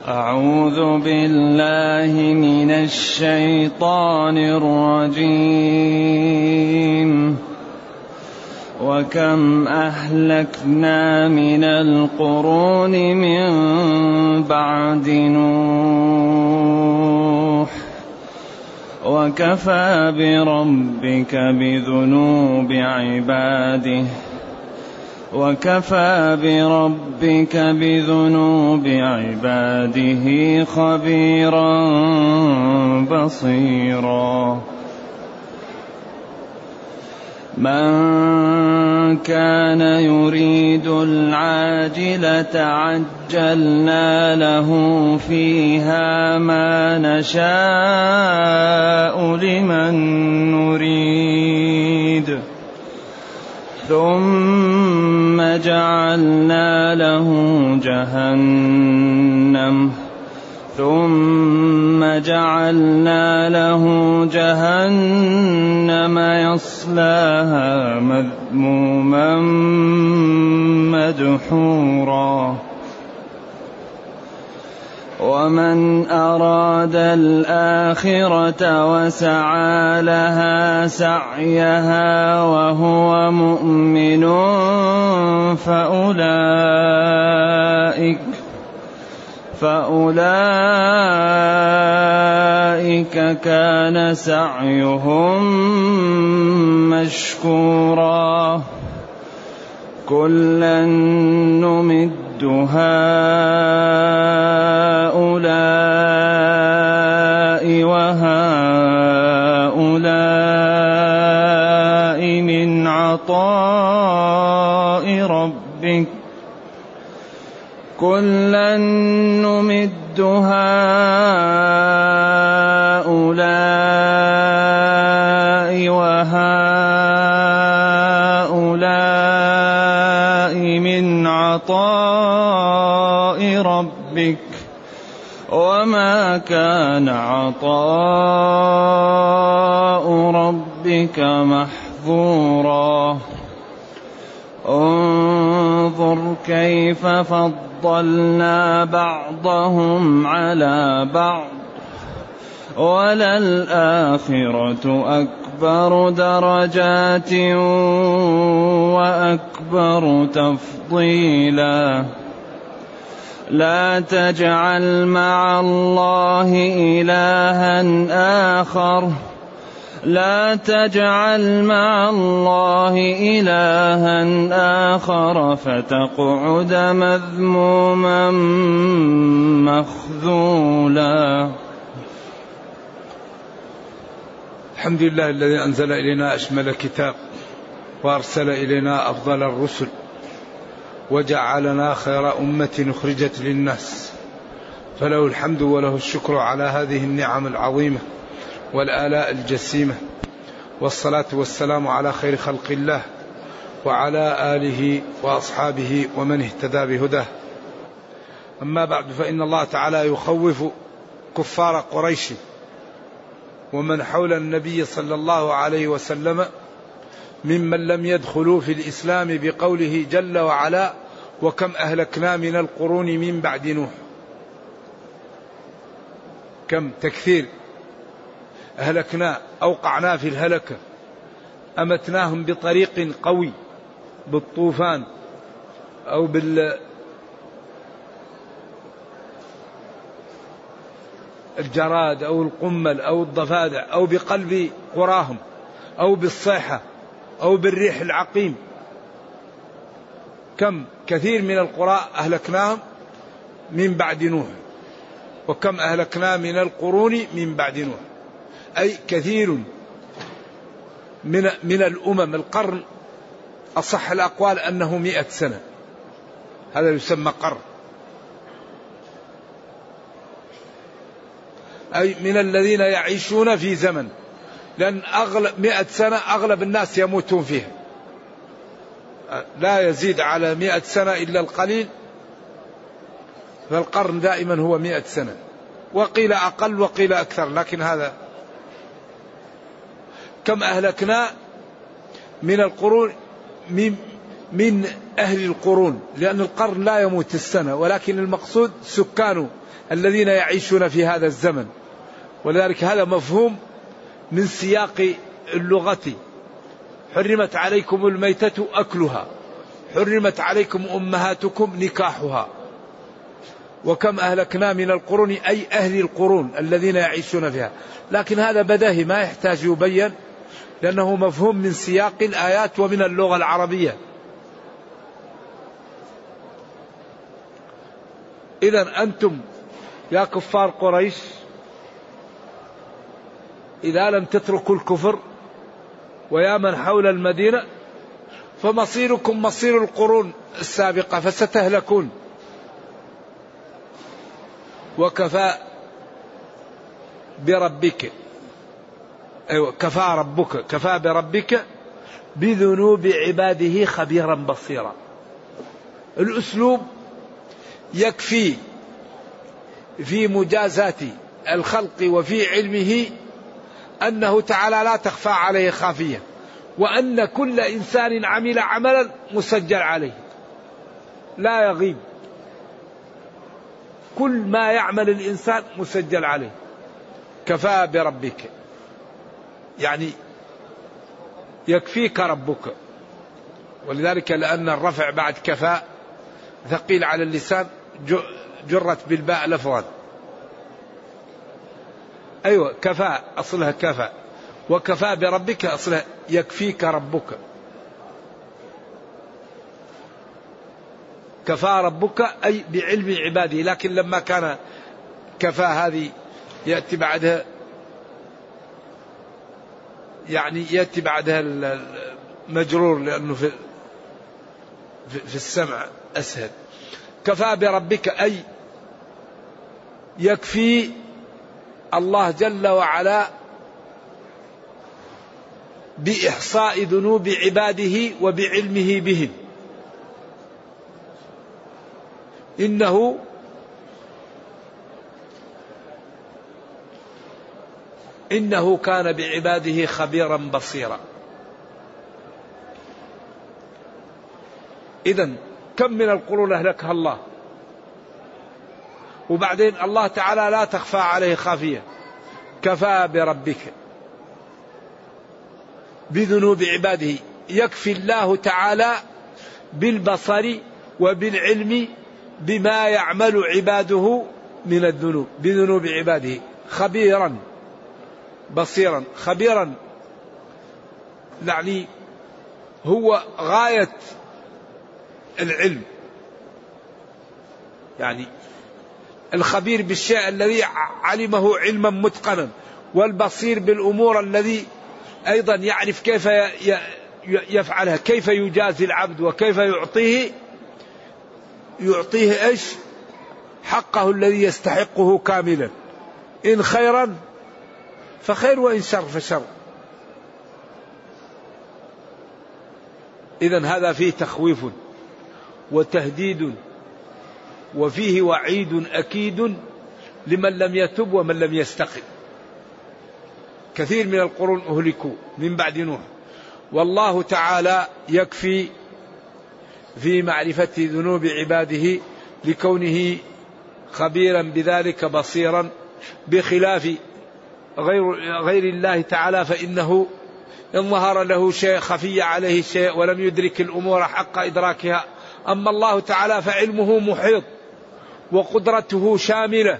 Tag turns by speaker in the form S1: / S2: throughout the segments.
S1: أعوذ بالله من الشيطان الرجيم. وكم أهلكنا من القرون من بعد نوح وكفى بربك بذنوب عباده خبيرا بصيرا. من كان يريد العاجلة عجلنا له فيها ما نشاء لمن نريد ثم جعلنا له جهنم يصلاها مذموما مدحورا. ومن أراد الآخرة وسعى لها سعيها وهو مؤمن فأولئك كان سعيهم مشكورا. كلا نمد هؤلاء وهؤلاء من عطاء ربك كلا نمد هؤلاء وهؤلاء من عطاء ربك وما كان عطاء ربك محظورا. انظر كيف فضلنا بعضهم على بعض وللآخرة أكبر درجات وأكبر تفضيلا. لا تجعل مع الله إلها آخر فتقعد مذموما مخذولا.
S2: الحمد لله الذي أنزل إلينا أشمل كتاب وأرسل إلينا أفضل الرسل وجعلنا خير أمة أخرجت للناس، فله الحمد وله الشكر على هذه النعم العظيمة والآلاء الجسيمة، والصلاة والسلام على خير خلق الله وعلى آله وأصحابه ومن اهتدى بهداه. أما بعد، فإن الله تعالى يخوف كفار قريش ومن حول النبي صلى الله عليه وسلم ممن لم يدخلوا في الإسلام بقوله جل وعلا: وكم أهلكنا من القرون من بعد نوح. كم تكثير، أهلكنا أوقعنا في الهلكة، أمتناهم بطريق قوي بالطوفان أو الجراد أو القمل أو الضفادع أو بقلب قراهم أو بالصيحة أو بالريح العقيم. كم كثير من القرى أهلكناهم من بعد نوح. وكم أهلكنا من القرون من بعد نوح، أي كثير من الأمم. القرن أصح الأقوال أنه 100 سنة، هذا يسمى قرن. أي من الذين يعيشون في زمن، لأن أغلب 100 سنة أغلب الناس يموتون فيها، لا يزيد على 100 سنة إلا القليل، فالقرن دائما هو 100 سنة، وقيل أقل وقيل أكثر، لكن هذا. كم أهلكنا من القرون من أهل القرون، لأن القرن لا يموت السنة، ولكن المقصود سكانه الذين يعيشون في هذا الزمن. ولذلك هذا مفهوم من سياق اللغة. حرمت عليكم الميتة أكلها، حرمت عليكم أمهاتكم نكاحها، وكم أهلكنا من القرون أي أهل القرون الذين يعيشون فيها. لكن هذا بداهي ما يحتاج يبين، لأنه مفهوم من سياق الآيات ومن اللغة العربية. إذن أنتم يا كفار قريش إذا لم تتركوا الكفر ويا من حول المدينة فمصيركم مصير القرون السابقة فستهلكون. وكفى بربك، أيوة كفى ربك، كفى بربك بذنوب عباده خبيرا بصيرا. الأسلوب يكفي في مجازات الخلق وفي علمه أنه تعالى لا تخفى عليه خافية، وأن كل إنسان عمل عملا مسجل عليه لا يغيب، كل ما يعمل الإنسان مسجل عليه. كفى بربك يعني يكفيك ربك. ولذلك لأن الرفع بعد كفى ثقيل على اللسان جرت بالباء لفظا. أيوة كفى أصلها كفى، وكفى بربك أصلها يكفيك ربك. كفى ربك أي بعلم عباده، لكن لما كان كفى هذه يأتي بعدها يعني يأتي بعدها المجرور لأنه في السمع أسهل. كفى بربك أي يكفي الله جل وعلا بإحصاء ذنوب عباده وبعلمه بهم. إنه كان بعباده خبيرا بصيرا. إذن كم من القرون أهلكها الله، وبعدين الله تعالى لا تخفى عليه خافية. كفى بربك بذنوب عباده، يكفي الله تعالى بالبصر وبالعلم بما يعمل عباده من الذنوب، بذنوب عباده خبيرا بصيرا. خبيرا يعني هو غاية العلم، يعني الخبير بالشيء الذي علمه علما متقنا، والبصير بالأمور الذي أيضا يعرف كيف يفعلها، كيف يجازي العبد وكيف يعطيه إيش حقه الذي يستحقه كاملا، إن خيرا فخير وإن شر فشر. إذن هذا فيه تخويف وتهديد وفيه وعيد أكيد لمن لم يتب ومن لم يستقم. كثير من القرون أهلكوا من بعد نوح، والله تعالى يكفي في معرفة ذنوب عباده لكونه خبيرا بذلك بصيرا، بخلاف غير الله تعالى فإنه إن ظهر له شيء خفي عليه شيء ولم يدرك الأمور حق إدراكها. أما الله تعالى فعلمه محيط وقدرته شاملة،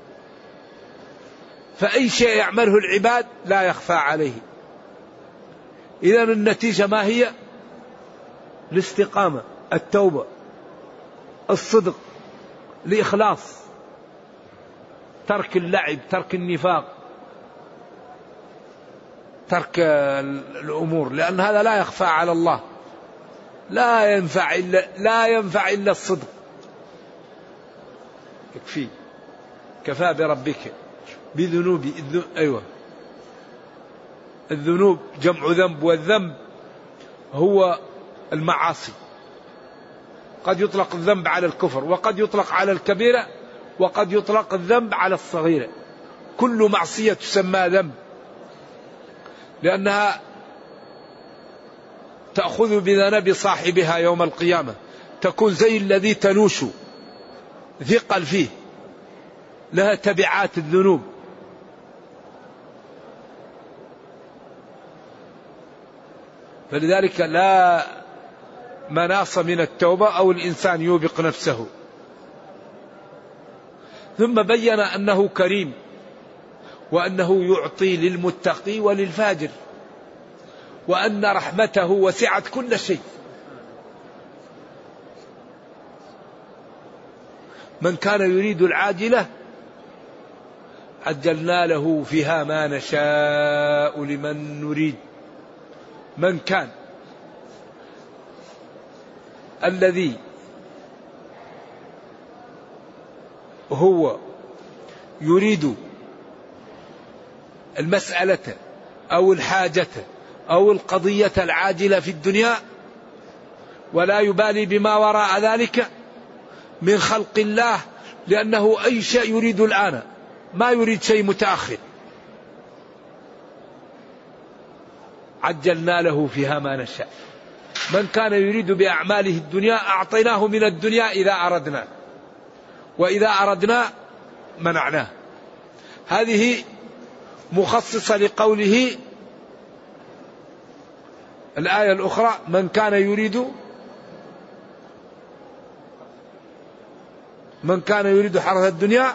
S2: فأي شيء يعمله العباد لا يخفى عليه. إذن النتيجة ما هي؟ الاستقامة، التوبة، الصدق، الإخلاص، ترك اللعب، ترك النفاق، ترك الأمور، لأن هذا لا يخفى على الله. لا ينفع إلا الصدق. يكفي. كفى بربك بذنوب أيوة الذنوب جمع ذنب، والذنب هو المعاصي. قد يطلق الذنب على الكفر، وقد يطلق على الكبيرة، وقد يطلق الذنب على الصغيرة. كل معصية تسمى ذنب، لأنها تأخذ بذنب صاحبها يوم القيامة، تكون زي الذي تنوش ثقل فيه، لها تبعات الذنوب. فلذلك لا مناص من التوبة أو الإنسان يوبق نفسه. ثم بين أنه كريم، وأنه يعطي للمتقي وللفاجر، وأن رحمته وسعت كل شيء. من كان يريد العاجلة عجلنا له فيها ما نشاء لمن نريد. من كان الذي هو يريد المسألة أو الحاجة أو القضية العاجلة في الدنيا ولا يبالي بما وراء ذلك من خلق الله، لأنه أي شيء يريد الآن، ما يريد شيء متأخر، عجلنا له فيها ما نشاء. من كان يريد بأعماله الدنيا أعطيناه من الدنيا إذا أردنا، وإذا أردنا منعناه. هذه مخصصة لقوله الآية الأخرى من كان يريد حرث الدنيا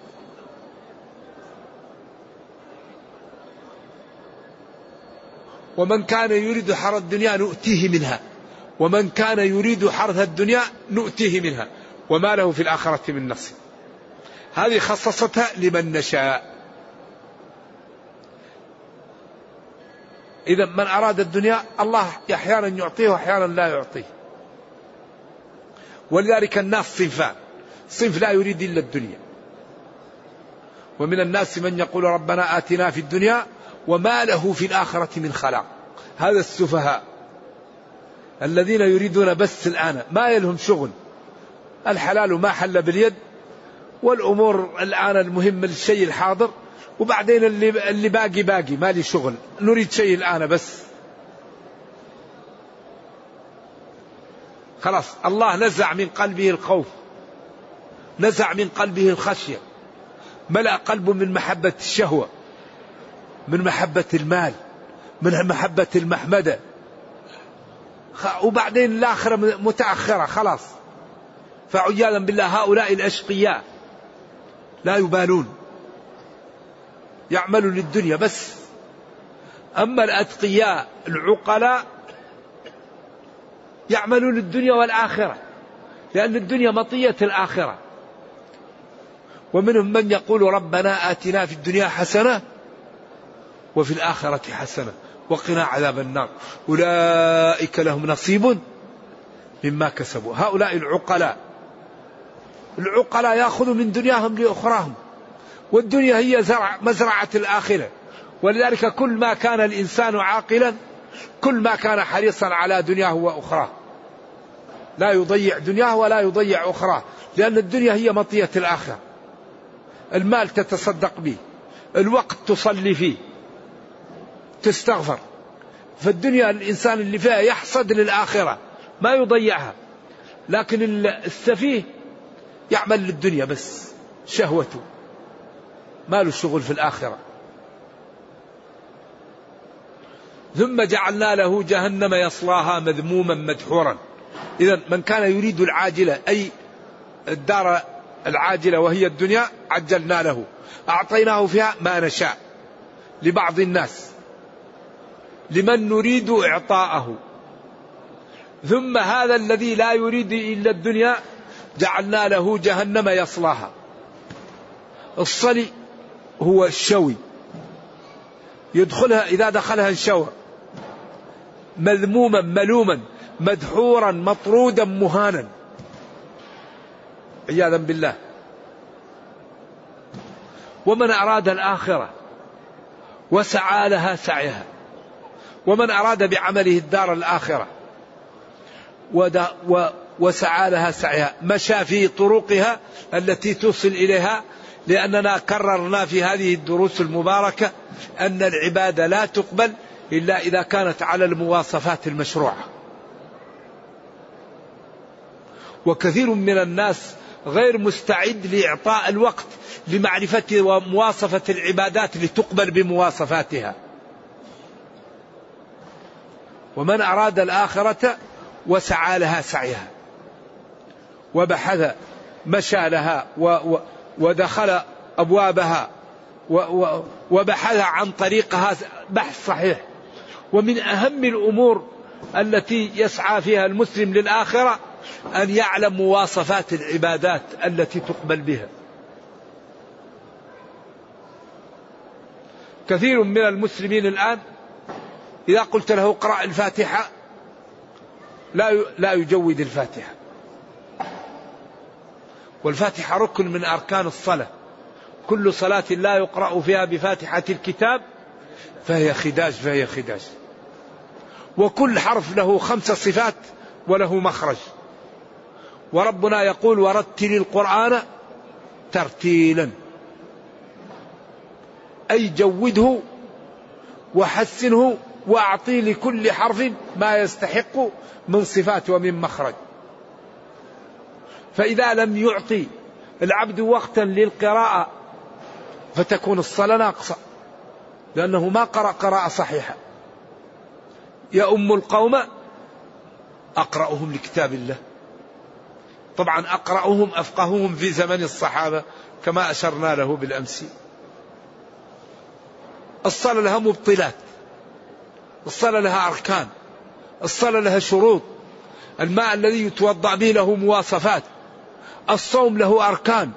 S2: ومن كان يريد حرث الدنيا نؤتيه منها، ومن كان يريد حرث الدنيا نؤتيه منها وما له في الآخرة من نصيب. هذه خصصتها لمن نشاء. إذا من أراد الدنيا الله أحيانا يعطيه وأحيانا لا يعطيه. ولذلك الناس صنفان: صنف لا يريد إلا الدنيا، ومن الناس من يقول ربنا آتنا في الدنيا وما له في الآخرة من خلاق. هذا السفهاء الذين يريدون بس الآن، ما يلهم شغل، الحلال ما حل باليد، والأمور الآن المهم الشيء الحاضر، وبعدين اللي باقي ما لي شغل، نريد شيء الآن بس. خلاص الله نزع من قلبه الخوف، نزع من قلبه الخشية، ملأ قلبه من محبة الشهوة، من محبة المال، من محبة المحمدة، وبعدين الآخرة متأخرة خلاص. فعياذا بالله هؤلاء الأشقياء لا يبالون، يعملوا للدنيا بس. أما الأتقياء العقلاء يعملوا للدنيا والآخرة، لأن الدنيا مطية الآخرة. ومنهم من يقول ربنا آتنا في الدنيا حسنة وفي الآخرة حسنة وقنا عذاب النار، أولئك لهم نصيب مما كسبوا. هؤلاء العقلاء يأخذوا من دنياهم لأخراهم، والدنيا هي مزرعة الآخرة. ولذلك كل ما كان الإنسان عاقلا كل ما كان حريصا على دنياه وأخراه، لا يضيع دنياه ولا يضيع أخراه، لأن الدنيا هي مطية الآخرة. المال تتصدق به، الوقت تصلي فيه، تستغفر. فالدنيا الإنسان اللي فيها يحصد للآخرة ما يضيعها. لكن السفيه يعمل للدنيا بس، شهوته، ما له شغل في الآخرة. ثم جعلنا له جهنم يصلاها مذموما مدحورا. إذا من كان يريد العاجلة أي الدار العاجلة وهي الدنيا عجلنا له، أعطيناه فيها ما نشاء لبعض الناس لمن نريد إعطاءه. ثم هذا الذي لا يريد إلا الدنيا جعلنا له جهنم يصلاها. الصلي هو الشوي، يدخلها إذا دخلها انشوى، مذموما ملوما مدحورا مطرودا مهانا عياذا بالله. ومن أراد الآخرة وسعى لها سعيها، ومن أراد بعمله الدار الآخرة وسعى لها سعيها، مشى في طرقها التي توصل إليها. لأننا كررنا في هذه الدروس المباركة أن العبادة لا تقبل إلا إذا كانت على المواصفات المشروعة. وكثير من الناس غير مستعد لإعطاء الوقت لمعرفة ومواصفة العبادات لتقبل بمواصفاتها. ومن أراد الآخرة وسعى لها سعيها وبحث مشى لها ودخل أبوابها وبحث عن طريقها بحث صحيح. ومن أهم الأمور التي يسعى فيها المسلم للآخرة أن يعلم مواصفات العبادات التي تقبل بها. كثير من المسلمين الآن إذا قلت له اقرأ الفاتحة لا يجود الفاتحة. والفاتحة ركن من أركان الصلاة، كل صلاة لا يقرأ فيها بفاتحة الكتاب فهي خداج. وكل حرف له 5 صفات وله مخرج. وربنا يقول ورتل القرآن ترتيلا، أي جوده وحسنه وأعطي لكل حرف ما يستحق من صفات ومن مخرج. فإذا لم يعطي العبد وقتا للقراءة فتكون الصلاة ناقصة، لأنه ما قرأ قراءة صحيحة. يؤم القوم أقرأهم لكتاب الله. طبعا أقرأهم أفقههم في زمن الصحابة كما أشرنا له بالأمس. الصلاة لها مبطلات، الصلاة لها أركان، الصلاة لها شروط، الماء الذي يتوضأ به له مواصفات، الصوم له أركان.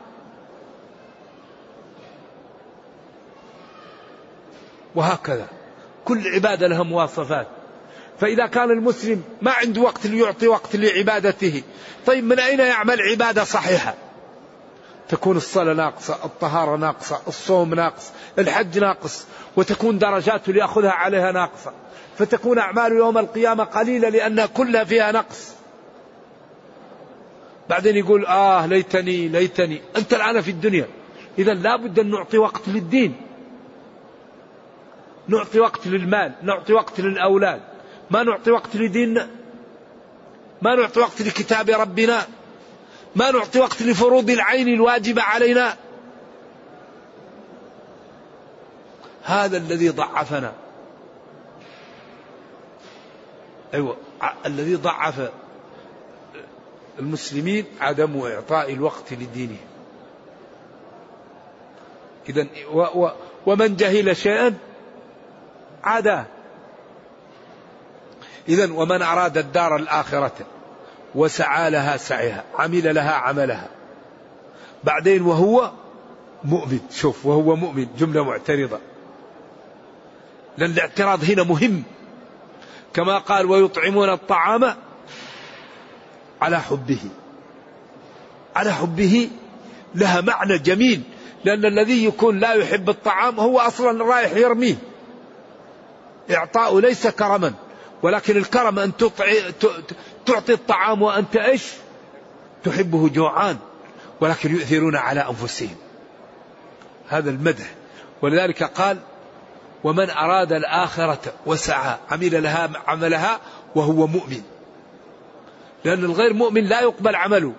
S2: وهكذا كل عبادة لها مواصفات. فإذا كان المسلم ما عنده وقت ليعطي وقت لعبادته، طيب من أين يعمل عبادة صحيحة؟ تكون الصلاة ناقصة، الطهارة ناقصة، الصوم ناقص، الحج ناقص، وتكون درجاته ليأخذها عليها ناقصة، فتكون أعمال يوم القيامة قليلة لأنها كلها فيها نقص. بعدين يقول ليتني. أنت الآن في الدنيا، إذا لا بد أن نعطي وقت للدين، نعطي وقت للمال، نعطي وقت للأولاد، ما نعطي وقت لديننا، ما نعطي وقت لكتاب ربنا، ما نعطي وقت لفروض العين الواجبة علينا. هذا الذي ضعفنا. الذي ضعف المسلمين عدم إعطاء الوقت لدينه. إذن ومن جهل شيئا عاداه. إذن ومن أراد الدار الآخرة وسعى لها سعيها، عمل لها عملها. بعدين وهو مؤمن، شوف وهو مؤمن جملة معترضة، لأن الاعتراض هنا مهم. كما قال ويطعمون الطعام على حبه لها معنى جميل، لأن الذي يكون لا يحب الطعام هو أصلا رايح يرميه. إعطاء ليس كرما، ولكن الكرم أن تعطي الطعام وأنت تحبه جوعان، ولكن يؤثرون على أنفسهم. هذا المدح. ولذلك قال ومن أراد الآخرة وسعى عمل لها عملها وهو مؤمن، لأن الغير مؤمن لا يقبل عمله.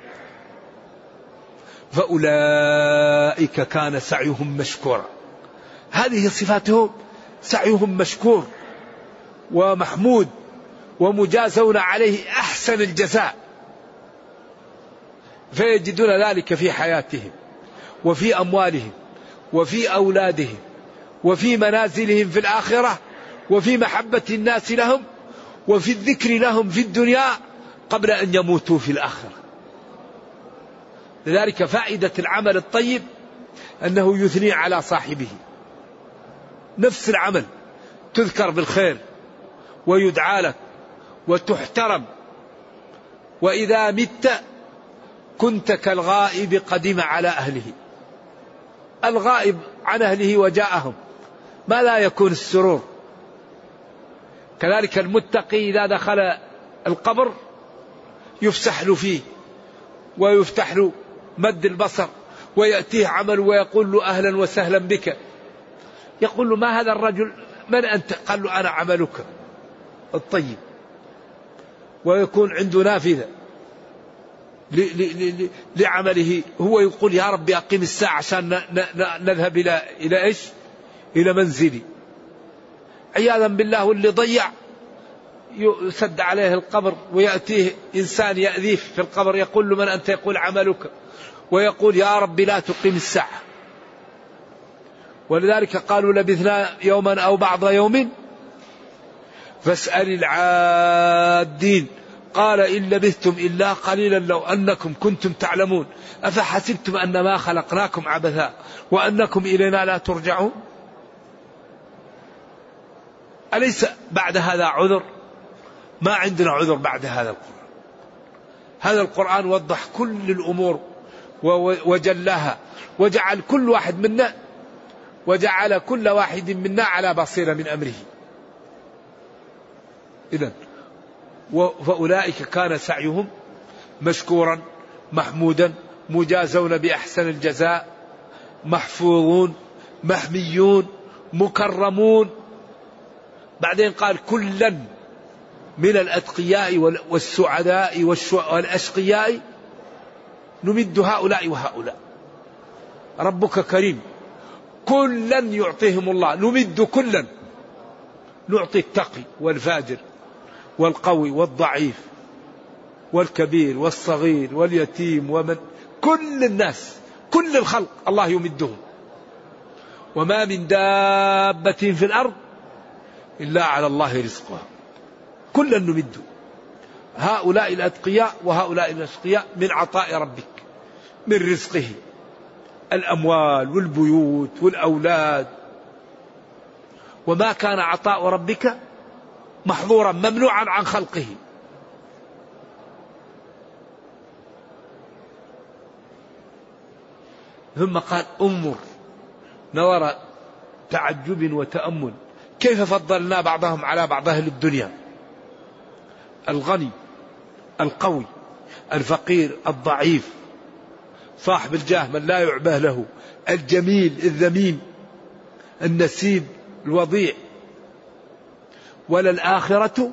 S2: فأولئك كان سعيهم مشكورا. هذه صفاتهم، سعيهم مشكور ومحمود ومجازون عليه أحسن الجزاء. فيجدون ذلك في حياتهم وفي أموالهم وفي أولادهم وفي منازلهم في الآخرة وفي محبة الناس لهم وفي الذكر لهم في الدنيا قبل أن يموتوا في الآخرة. لذلك فائدة العمل الطيب أنه يثني على صاحبه. نفس العمل تذكر بالخير ويدعى لك وتحترم. وإذا مت كنت كالغائب قدم على أهله. الغائب عن أهله وجاءهم ما لا يكون السرور. كذلك المتقي إذا دخل القبر يفسح له فيه ويفتح له مد البصر ويأتيه عمل ويقول له أهلا وسهلا بك. يقول له ما هذا الرجل من أنت؟ قال له أنا عملك الطيب. ويكون عنده نافذة لعمله، هو يقول يا رب أقيم الساعة عشان نذهب إلى إيش؟ إلى منزلي. عياذا بالله، واللي ضيع يسد عليه القبر ويأتيه إنسان يأذيه في القبر يقول له من أنت؟ يقول عملك، ويقول يا رب لا تقيم الساعة. ولذلك قالوا لبثنا يوما أو بعض يوم فاسأل العادين قال إن لبثتم إلا قليلا لو أنكم كنتم تعلمون أفحسبتم أنما خلقناكم عبثا وأنكم إلينا لا ترجعون. أليس بعد هذا عذر؟ ما عندنا عذر بعد هذا القرآن. هذا القرآن وضح كل الأمور وجلها، وجعل كل واحد منا على بصيرة من أمره. إذن فأولئك كان سعيهم مشكورا محمودا مجازون بأحسن الجزاء محفوظون محميون مكرمون. بعدين قال كلا من الأتقياء والسعداء والأشقياء نمد هؤلاء وهؤلاء. ربك كريم، كلا يعطيهم الله، نمد كلا، نعطي التقي والفاجر والقوي والضعيف والكبير والصغير واليتيم ومن كل الناس كل الخلق الله يمدهم. وما من دابة في الأرض إلا على الله رزقها، كلا نمد هؤلاء الأتقياء وهؤلاء الأشقياء من عطاء ربك من رزقه، الأموال والبيوت والأولاد. وما كان عطاء ربك محظورا ممنوعا عن خلقه. ثم قال انظر نظر تعجب وتأمل كيف فضلنا بعضهم على بعض أهل الدنيا، الغني القوي الفقير الضعيف، صاحب الجاه من لا يعبه له، الجميل الذميم النسيب الوضيع. وللآخرة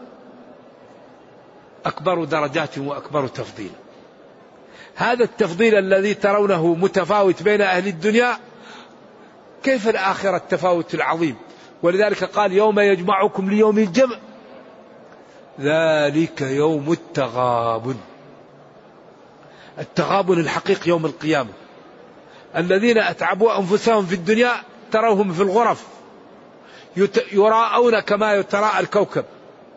S2: أكبر درجات وأكبر تفضيلا. هذا التفضيل الذي ترونه متفاوت بين أهل الدنيا، كيف الآخرة التفاوت العظيم. ولذلك قال يوم يجمعكم ليوم الجمع ذلك يوم التغابن. التغابن الحقيقي يوم القيامة. الذين أتعبوا أنفسهم في الدنيا تروهم في الغرف يراءون كما يتراءى الكوكب.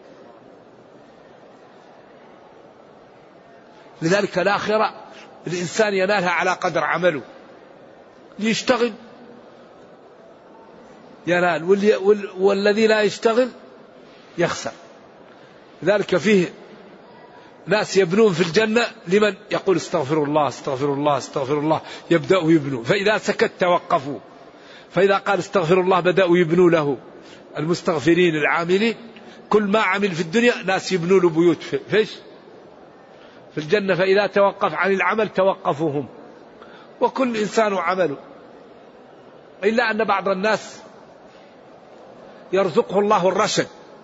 S2: لذلك الآخرة الإنسان ينالها على قدر عمله، يشتغل ينال والذي لا يشتغل يخسر. لذلك فيه ناس يبنون في الجنة لمن يقول استغفر الله استغفر الله استغفر الله، يبدأوا يبنوا، فإذا سكت توقفوا، فإذا قال استغفر الله بدأوا يبنوا له. المستغفرين العاملين كل ما عمل في الدنيا ناس يبنوا له بيوت فيش في الجنة، فإذا توقف عن العمل توقفوهم، وكل إنسان عمله. إلا أن بعض الناس يرزقه الله الرشد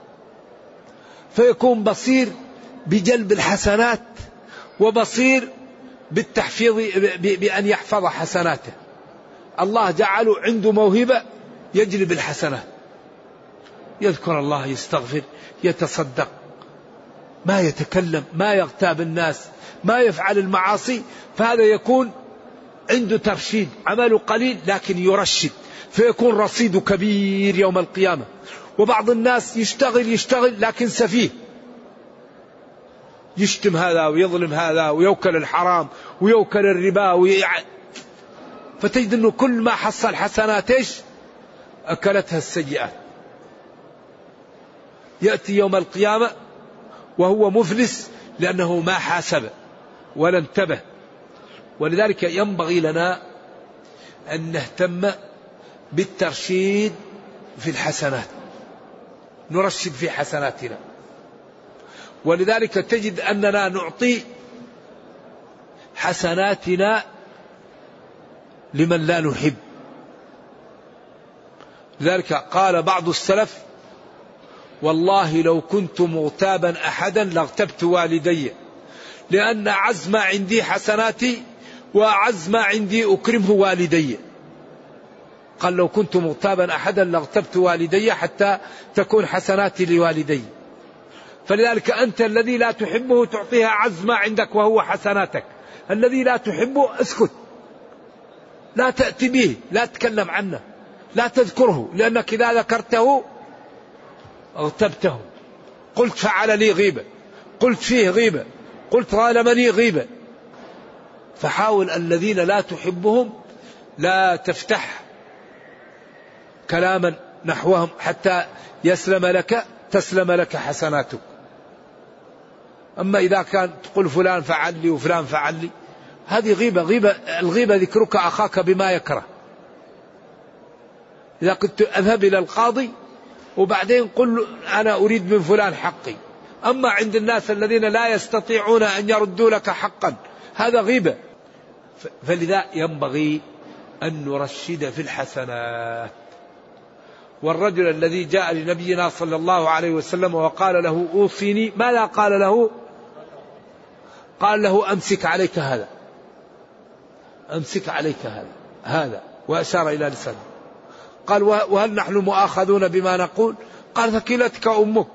S2: فيكون بصير بجلب الحسنات وبصير بالتحفيظ بأن يحفظ حسناته. الله جعله عنده موهبة يجلب الحسنات، يذكر الله يستغفر يتصدق ما يتكلم ما يغتاب الناس ما يفعل المعاصي، فهذا يكون عنده ترشيد، عمله قليل لكن يرشد فيكون رصيده كبير يوم القيامة. وبعض الناس يشتغل لكن سفيه، يشتم هذا ويظلم هذا ويوكل الحرام ويوكل الربا فتجد أنه كل ما حصل حسنات أكلتها السيئات. يأتي يوم القيامة وهو مفلس لأنه ما حاسب ولا انتبه. ولذلك ينبغي لنا أن نهتم بالترشيد في الحسنات، نرشد في حسناتنا. ولذلك تجد أننا نعطي حسناتنا لمن لا نحب، لذلك قال بعض السلف: والله لو كنت مغتابا أحدا لاغتبت والدي، لأن أعز ما عندي حسناتي وأعز ما عندي أكرمه والدي. قال: لو كنت مغتابا أحدا لاغتبت والدي حتى تكون حسناتي لوالدي. فلذلك أنت الذي لا تحبه تعطيها أعز ما عندك وهو حسناتك، الذي لا تحبه اسكت، لا تأتي به، لا تتكلم عنه، لا تذكره، لأنك إذا ذكرته اغتبته، قلت فعل لي غيبة، قلت فيه غيبة، قلت ظالمني غيبة. فحاول الذين لا تحبهم لا تفتح كلاما نحوهم حتى تسلم لك حسناتك. أما إذا كان تقول فلان فعل لي وفلان فعل لي، هذه غيبة. الغيبة ذكرك أخاك بما يكره. إذا كنت أذهب إلى القاضي وبعدين قل أنا أريد من فلان حقي. أما عند الناس الذين لا يستطيعون أن يردوا لك حقا، هذا غيبة. فلذا ينبغي أن نرشد في الحسنات. والرجل الذي جاء لنبينا صلى الله عليه وسلم وقال له أوصيني، ماذا قال له؟ قال له: أمسك عليك هذا، أمسك عليك هذا، وأشار إلى لسانه. قال: وهل نحن مؤاخذون بما نقول؟ قال: ثكلتك أمك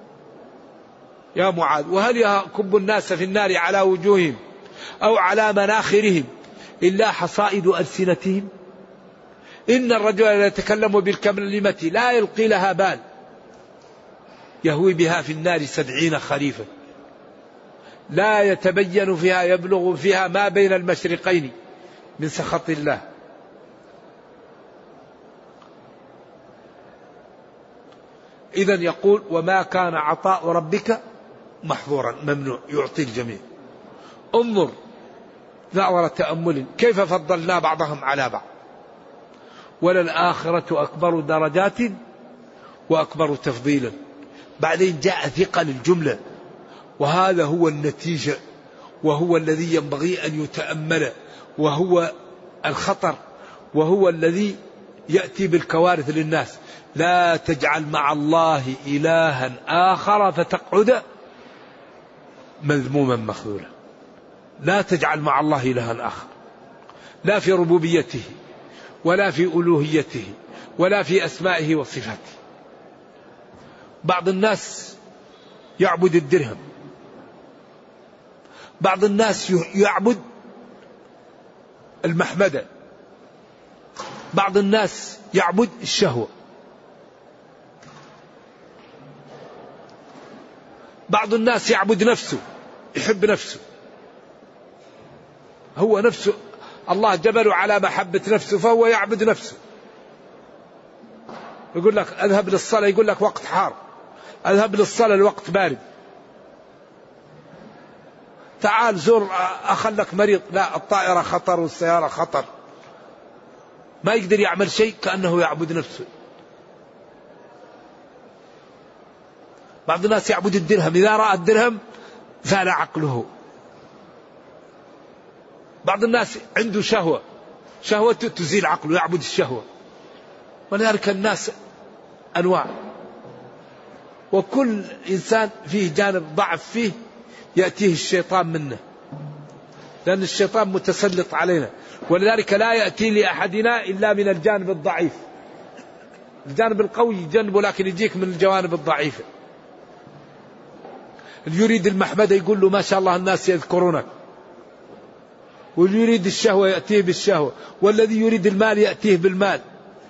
S2: يا معاذ. وهل يكب الناس في النار على وجوههم أو على مناخرهم إلا حصائد ألسنتهم؟ إن الرجل يتكلم بالكلمة لا يلقي لها بال يهوي بها في النار 70 خريفا، لا يتبين فيها، يبلغ فيها ما بين المشرقين من سخط الله. إذن يقول: وما كان عطاء ربك محظورا، ممنوع، يعطي الجميع. انظر نظرة تأمل كيف فضلنا بعضهم على بعض. وللآخرة أكبر درجات وأكبر تفضيلا. بعدين جاء ثقل الجملة، وهذا هو النتيجة، وهو الذي ينبغي أن يتأمل، وهو الخطر، وهو الذي يأتي بالكوارث للناس. لا تجعل مع الله إلها آخر فتقعد مذموما مخذولا. لا تجعل مع الله إلها آخر، لا في ربوبيته ولا في ألوهيته ولا في أسمائه وصفاته. بعض الناس يعبد الدرهم، بعض الناس يعبد المحمدة، بعض الناس يعبد الشهوة، بعض الناس يعبد نفسه، يحب نفسه، هو نفسه الله جبله على محبة نفسه فهو يعبد نفسه. يقول لك أذهب للصلاة، يقول لك وقت حار، أذهب للصلاة الوقت بارد، تعال زور أخلك مريض، لا الطائرة خطر والسيارة خطر. ما يقدر يعمل شيء كأنه يعبد نفسه. بعض الناس يعبد الدرهم، إذا رأى الدرهم زال عقله. بعض الناس عنده شهوته تزيل عقله، يعبد الشهوة. ولذلك الناس أنواع، وكل إنسان فيه جانب ضعف فيه يأتيه الشيطان منه، لأن الشيطان متسلط علينا. ولذلك لا يأتي لأحدنا إلا من الجانب الضعيف. الجانب القوي يجنبه، لكن يجيك من الجوانب الضعيفة. اللي يريد المحمدة يقول له ما شاء الله الناس يذكرونك، واللي يريد الشهوة يأتيه بالشهوة، والذي يريد المال يأتيه بالمال.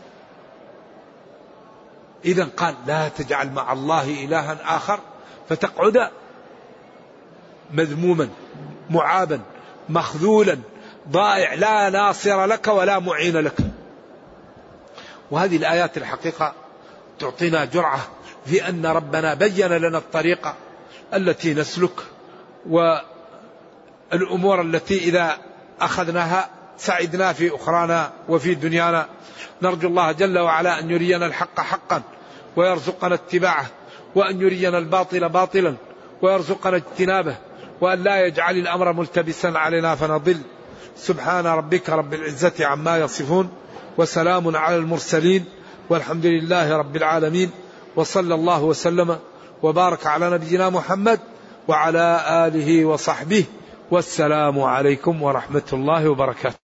S2: إذا قال: لا تجعل مع الله إلها آخر فتقعد مذموما معابا مخذولا ضائع، لا ناصر لك ولا معين لك. وهذه الآيات الحقيقة تعطينا جرعة في أن ربنا بين لنا الطريقة التي نسلك، والأمور التي إذا أخذناها سعدنا في أخرانا وفي دنيانا. نرجو الله جل وعلا أن يرينا الحق حقا ويرزقنا اتباعه، وأن يرينا الباطل باطلا ويرزقنا اجتنابه، وأن لا يجعل الأمر ملتبسا علينا فنضل. سبحان ربك رب العزة عما يصفون، وسلام على المرسلين، والحمد لله رب العالمين، وصلى الله وسلم وبارك على نبينا محمد وعلى آله وصحبه، والسلام عليكم ورحمة الله وبركاته.